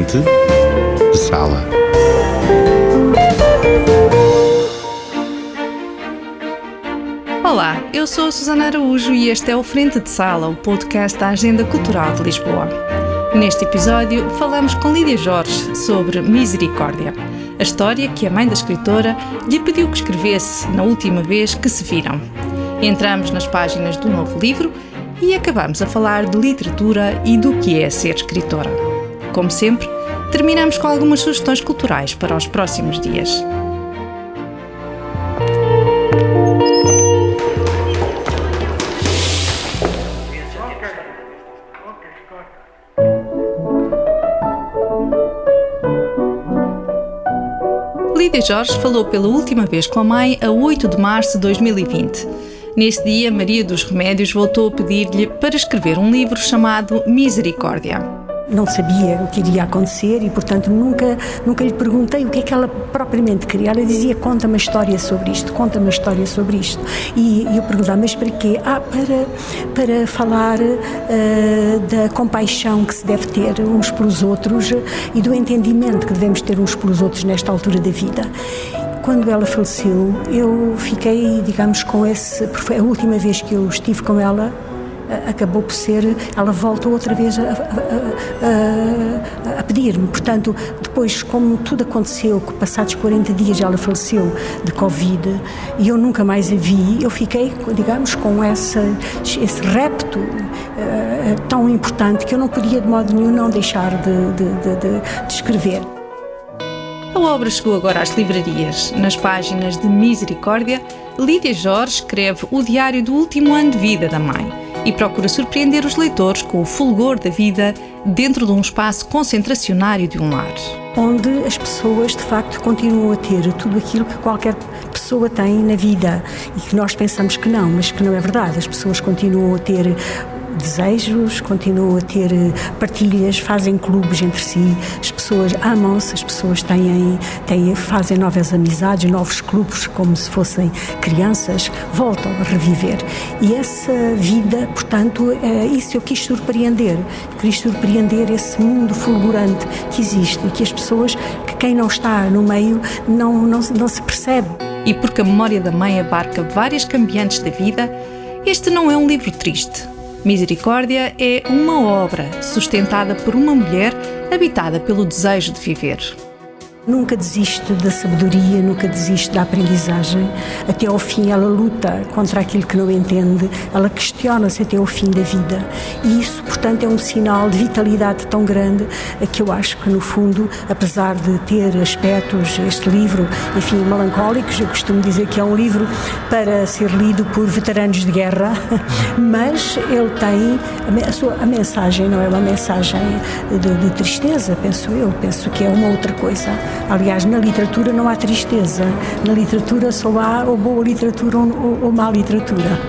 Frente de Sala. Olá, eu sou a Susana Araújo e este é o Frente de Sala, o podcast da Agenda Cultural de Lisboa. Neste episódio falamos com Lídia Jorge sobre Misericórdia, a história que a mãe da escritora lhe pediu que escrevesse na última vez que se viram. Entramos nas páginas do novo livro e acabamos a falar de literatura e do que é ser escritora. Como sempre, terminamos com algumas sugestões culturais para os próximos dias. Lídia Jorge falou pela última vez com a mãe a 8 de março de 2020. Nesse dia, Maria dos Remédios voltou a pedir-lhe para escrever um livro chamado Misericórdia. Não sabia o que iria acontecer e, portanto, nunca lhe perguntei o que é que ela propriamente queria. Ela dizia, conta-me a história sobre isto, conta-me a história sobre isto. E eu perguntava, mas para quê? Para falar da compaixão que se deve ter uns pelos outros e do entendimento que devemos ter uns pelos outros nesta altura da vida. Quando ela faleceu, eu fiquei, digamos, com esse... Foi a última vez que eu estive com ela, acabou por ser... Ela voltou outra vez a pedir-me. Portanto, depois, como tudo aconteceu, que passados 40 dias ela faleceu de Covid e eu nunca mais a vi, eu fiquei, digamos, com esse repto tão importante que eu não podia de modo nenhum não deixar de escrever. A obra chegou agora às livrarias. Nas páginas de Misericórdia, Lídia Jorge escreve o diário do último ano de vida da mãe e procura surpreender os leitores com o fulgor da vida dentro de um espaço concentracionário de um lar. Onde as pessoas, de facto, continuam a ter tudo aquilo que qualquer pessoa tem na vida e que nós pensamos que não, mas que não é verdade. As pessoas continuam a ter desejos, continuam a ter partilhas, fazem clubes entre si, as pessoas amam-se, as pessoas fazem novas amizades, novos clubes, como se fossem crianças, voltam a reviver. E essa vida, portanto, isso eu quis surpreender esse mundo fulgurante que existe e que as pessoas, que quem não está no meio, não se percebe. E porque a memória da mãe abarca várias cambiantes da vida, este não é um livro triste. Misericórdia é uma obra sustentada por uma mulher habitada pelo desejo de viver. Nunca desiste da sabedoria, nunca desiste da aprendizagem. Até ao fim ela luta contra aquilo que não entende, ela questiona-se até ao fim da vida. E isso, portanto, é um sinal de vitalidade tão grande que eu acho que, no fundo, apesar de ter aspectos, este livro, enfim, melancólicos, eu costumo dizer que é um livro para ser lido por veteranos de guerra, mas ele tem, a mensagem não é uma mensagem de tristeza, penso que é uma outra coisa. Aliás, na literatura não há tristeza. Na literatura só há ou boa literatura ou má literatura.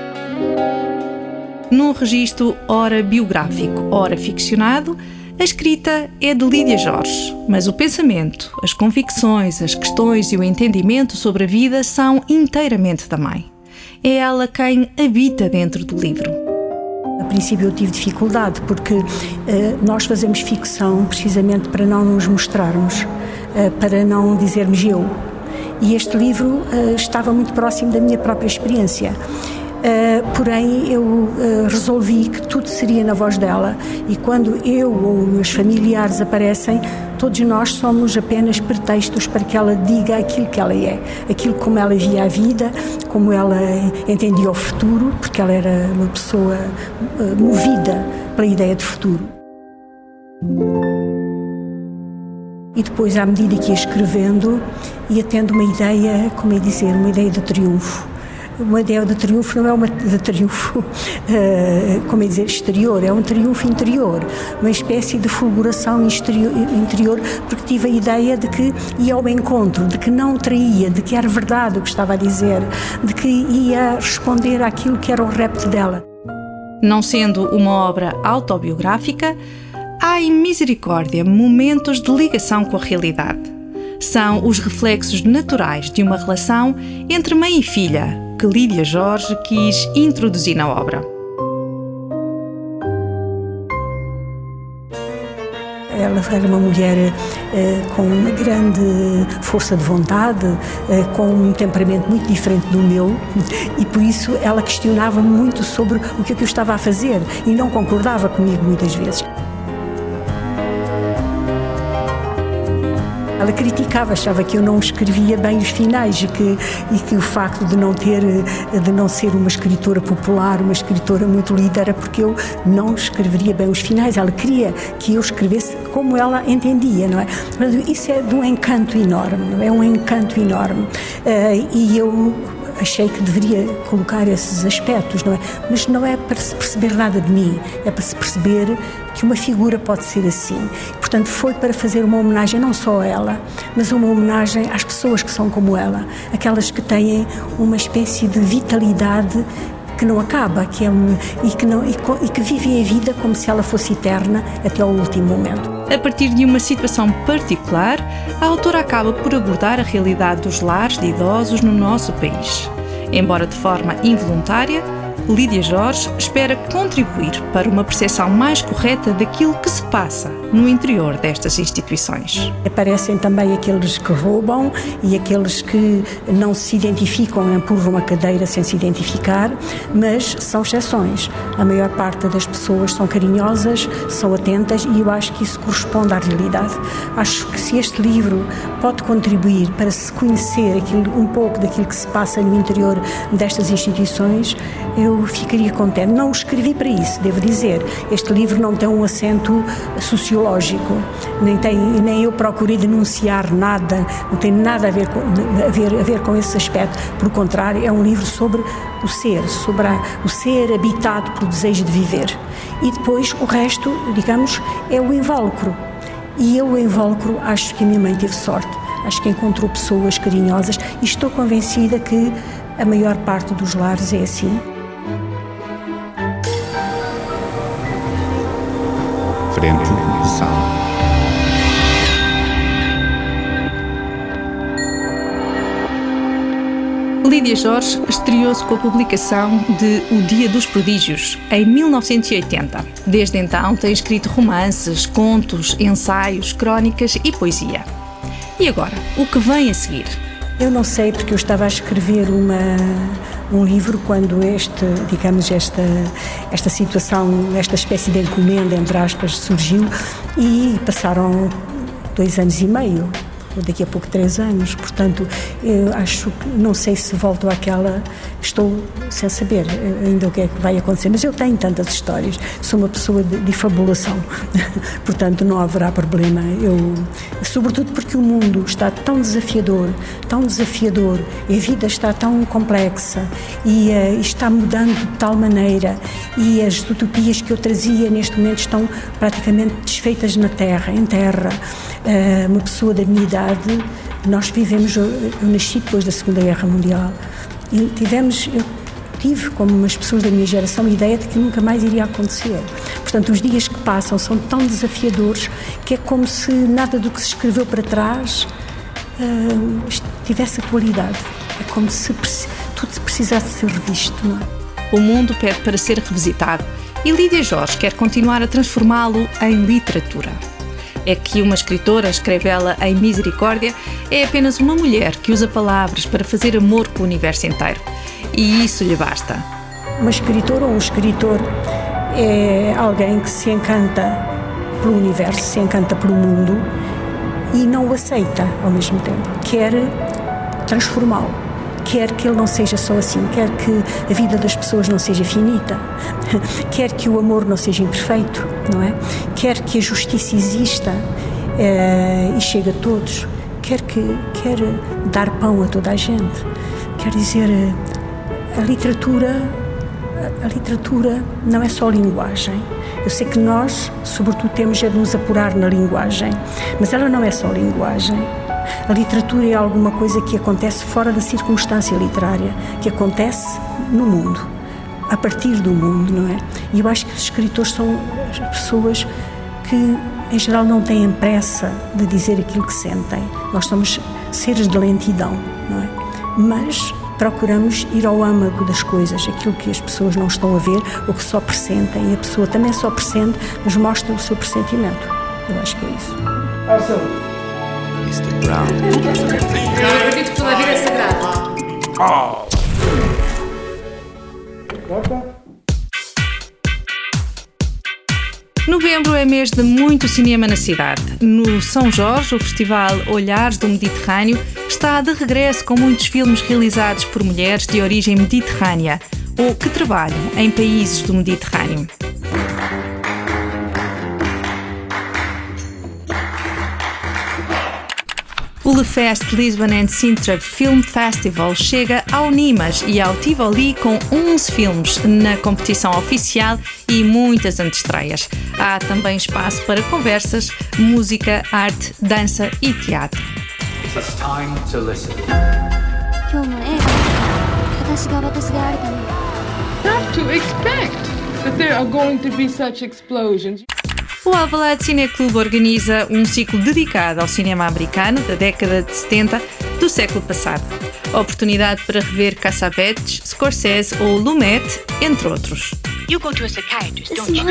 Num registro ora biográfico, ora ficcionado, a escrita é de Lídia Jorge, mas o pensamento, as convicções, as questões e o entendimento sobre a vida são inteiramente da mãe. É ela quem habita dentro do livro. A princípio eu tive dificuldade porque nós fazemos ficção precisamente para não nos mostrarmos, para não dizermos eu. E este livro estava muito próximo da minha própria experiência. Porém, eu resolvi que tudo seria na voz dela e quando eu ou meus familiares aparecem, todos nós somos apenas pretextos para que ela diga aquilo que ela é, aquilo como ela via a vida, como ela entendia o futuro, porque ela era uma pessoa movida pela ideia de futuro. E depois, à medida que ia escrevendo, ia tendo uma ideia, como é dizer, uma ideia de triunfo. Uma ideia de triunfo não é uma de triunfo, como é dizer, exterior, é um triunfo interior, uma espécie de fulguração interior, porque tive a ideia de que ia ao encontro, de que não traía, de que era verdade o que estava a dizer, de que ia responder àquilo que era o repto dela. Não sendo uma obra autobiográfica, há em Misericórdia momentos de ligação com a realidade. São os reflexos naturais de uma relação entre mãe e filha que Lídia Jorge quis introduzir na obra. Ela era uma mulher com uma grande força de vontade, com um temperamento muito diferente do meu, e por isso ela questionava muito sobre o que eu estava a fazer e não concordava comigo muitas vezes. Ela criticava, achava que eu não escrevia bem os finais e que o facto de não ser uma escritora popular, uma escritora muito lida, era porque eu não escreveria bem os finais. Ela queria que eu escrevesse como ela entendia, não é? Isso é de um encanto enorme, não é? Um encanto enorme. E eu achei que deveria colocar esses aspectos, não é? Mas não é para se perceber nada de mim, é para se perceber que uma figura pode ser assim. Portanto, foi para fazer uma homenagem não só a ela, mas uma homenagem às pessoas que são como ela, aquelas que têm uma espécie de vitalidade que não acaba, e que vivem a vida como se ela fosse eterna até ao último momento. A partir de uma situação particular, a autora acaba por abordar a realidade dos lares de idosos no nosso país. Embora de forma involuntária, Lídia Jorge espera contribuir para uma percepção mais correta daquilo que se passa no interior destas instituições. Aparecem também aqueles que roubam e aqueles que não se identificam, empurram a cadeira sem se identificar, mas são exceções. A maior parte das pessoas são carinhosas, são atentas, e eu acho que isso corresponde à realidade. Acho que se este livro pode contribuir para se conhecer um pouco daquilo que se passa no interior destas instituições, eu ficaria contente. Não o escrevi para isso, devo dizer. Este livro não tem um acento sociológico, nem eu procurei denunciar nada, não tem nada a ver com esse aspecto. Pelo contrário, é um livro sobre o ser habitado pelo desejo de viver. E depois o resto, digamos, é o invólucro. E eu, o invólucro, acho que a minha mãe teve sorte. Acho que encontrou pessoas carinhosas e estou convencida que a maior parte dos lares é assim. Frente de sala. Lídia Jorge estreou-se com a publicação de O Dia dos Prodígios, em 1980. Desde então tem escrito romances, contos, ensaios, crónicas e poesia. E agora, o que vem a seguir? Eu não sei, porque eu estava a escrever um livro quando esta situação, esta espécie de encomenda, entre aspas, surgiu, e passaram 2 anos e meio, ou daqui a pouco 3 anos, portanto, eu acho que, não sei se volto àquela, estou sem saber ainda o que é que vai acontecer, mas eu tenho tantas histórias, sou uma pessoa de fabulação, portanto não haverá problema, sobretudo porque o mundo está tão desafiador, e a vida está tão complexa, e está mudando de tal maneira, e as utopias que eu trazia neste momento estão praticamente desfeitas em terra. Uma pessoa da minha idade, nós vivemos, eu nasci depois da Segunda Guerra Mundial, e eu tive, como as pessoas da minha geração, a ideia de que nunca mais iria acontecer. Portanto, os dias que passam são tão desafiadores que é como se nada do que se escreveu para trás tivesse atualidade. É como se tudo precisasse ser revisto, não é? O mundo pede para ser revisitado e Lídia Jorge quer continuar a transformá-lo em literatura. É que uma escritora, escreve ela em Misericórdia, é apenas uma mulher que usa palavras para fazer amor com o universo inteiro. E isso lhe basta. Uma escritora ou um escritor é alguém que se encanta pelo universo, se encanta pelo mundo e não o aceita ao mesmo tempo. Quer transformá-lo. Quer que ele não seja só assim, quer que a vida das pessoas não seja finita, quer que o amor não seja imperfeito, não é? Quer que a justiça exista e chegue a todos, quer dar pão a toda a gente. Quer dizer, a literatura não é só linguagem. Eu sei que nós, sobretudo, temos de nos apurar na linguagem, mas ela não é só linguagem. A literatura é alguma coisa que acontece fora da circunstância literária, que acontece no mundo, a partir do mundo, não é? E eu acho que os escritores são pessoas que, em geral, não têm pressa de dizer aquilo que sentem. Nós somos seres de lentidão, não é? Mas procuramos ir ao âmago das coisas, aquilo que as pessoas não estão a ver ou que só pressentem. E a pessoa também só pressente, mas mostra o seu pressentimento. Eu acho que é isso. Mr. Brown. Eu acredito que toda a vida é sagrada. Novembro é mês de muito cinema na cidade. No São Jorge, o festival Olhares do Mediterrâneo está de regresso com muitos filmes realizados por mulheres de origem mediterrânea ou que trabalham em países do Mediterrâneo. O Le Fest Lisbon and Sintra Film Festival chega ao Nimas e ao Tivoli com 11 filmes na competição oficial e muitas antestreias. Há também espaço para conversas, música, arte, dança e teatro. It's time to listen. Have to expect that there are going to be such explosions. O Alvalade Cineclube organiza um ciclo dedicado ao cinema americano da década de 70 do século passado. Oportunidade para rever Cassavetes, Scorsese ou Lumet, entre outros. You go to a psychiatrist, don't you?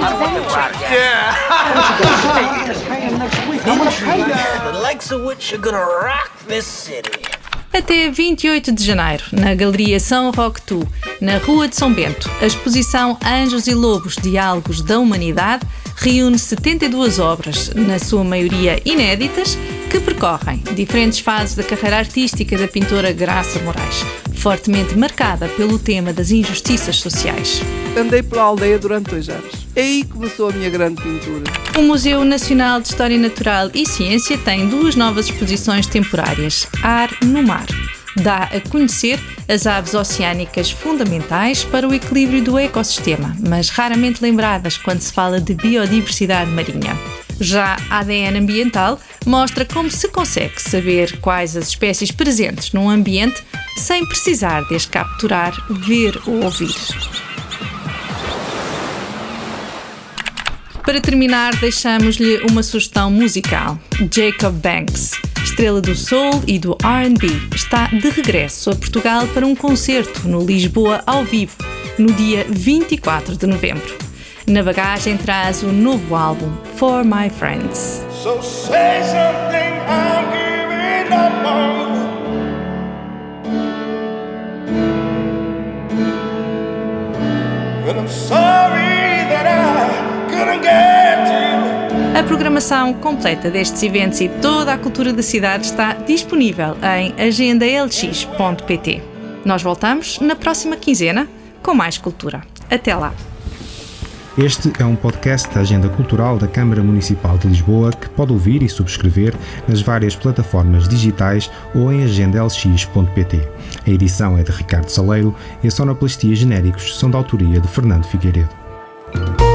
The likes of which are gonna rock this city. Até 28 de janeiro, na Galeria São Roque Tu, na Rua de São Bento, a exposição Anjos e Lobos, Diálogos da Humanidade reúne 72 obras, na sua maioria inéditas, que percorrem diferentes fases da carreira artística da pintora Graça Moraes, fortemente marcada pelo tema das injustiças sociais. Andei pela aldeia durante 2 anos. Aí começou a minha grande pintura. O Museu Nacional de História Natural e Ciência tem 2 novas exposições temporárias, Ar no Mar. Dá a conhecer as aves oceânicas fundamentais para o equilíbrio do ecossistema, mas raramente lembradas quando se fala de biodiversidade marinha. Já a ADN ambiental mostra como se consegue saber quais as espécies presentes num ambiente sem precisar de as capturar, ver ou ouvir. Para terminar, deixamos-lhe uma sugestão musical. Jacob Banks, estrela do soul e do R&B, está de regresso a Portugal para um concerto no Lisboa ao vivo, no dia 24 de novembro. Na bagagem traz o novo álbum, For My Friends. So say something, I'm giving up on you. And I'm sorry that I couldn't get to you. A programação completa destes eventos e toda a cultura da cidade está disponível em agendalx.pt. Nós voltamos na próxima quinzena com mais cultura. Até lá! Este é um podcast da Agenda Cultural da Câmara Municipal de Lisboa que pode ouvir e subscrever nas várias plataformas digitais ou em agendalx.pt. A edição é de Ricardo Saleiro e a sonoplastia genéricos são da autoria de Fernando Figueiredo.